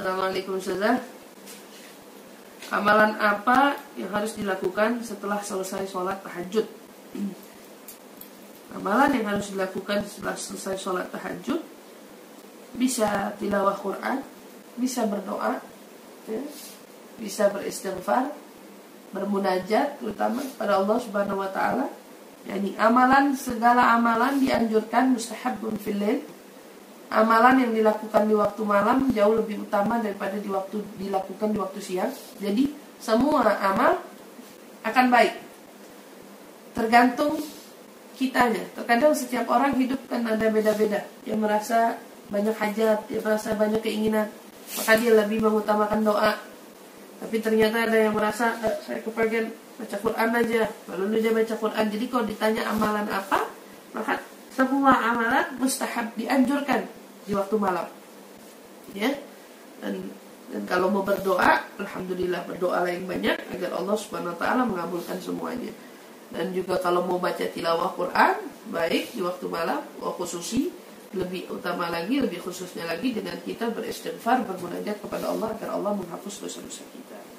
Assalamualaikum Ustazah. Amalan apa yang harus dilakukan setelah selesai sholat tahajud? Amalan yang harus dilakukan setelah selesai sholat tahajud bisa tilawah Quran, bisa berdoa, ya, bisa beristighfar, bermunajat terutama pada Allah Subhanahu wa taala. Yani segala amalan dianjurkan mustahabun fil lail. Amalan yang dilakukan di waktu malam jauh lebih utama daripada dilakukan di waktu siang. Jadi semua amal akan baik, tergantung kitanya. Terkadang setiap orang hidup kan ada beda-beda. Yang merasa banyak hajat, yang merasa banyak keinginan, maka dia lebih mengutamakan doa. Tapi ternyata ada yang merasa saya kepengen baca Quran aja, lalu dia baca Quran. Jadi kalau ditanya amalan apa, maka semua amalan mustahab, dianjurkan di waktu malam, ya. Dan kalau mau berdoa, alhamdulillah berdoa yang banyak agar Allah Subhanahu wa taala mengabulkan semuanya. Dan juga kalau mau baca tilawah Quran, baik di waktu malam, khususi lebih utama lagi, lebih khususnya lagi dengan kita beristighfar, bermunajat kepada Allah agar Allah menghapus dosa-dosa kita.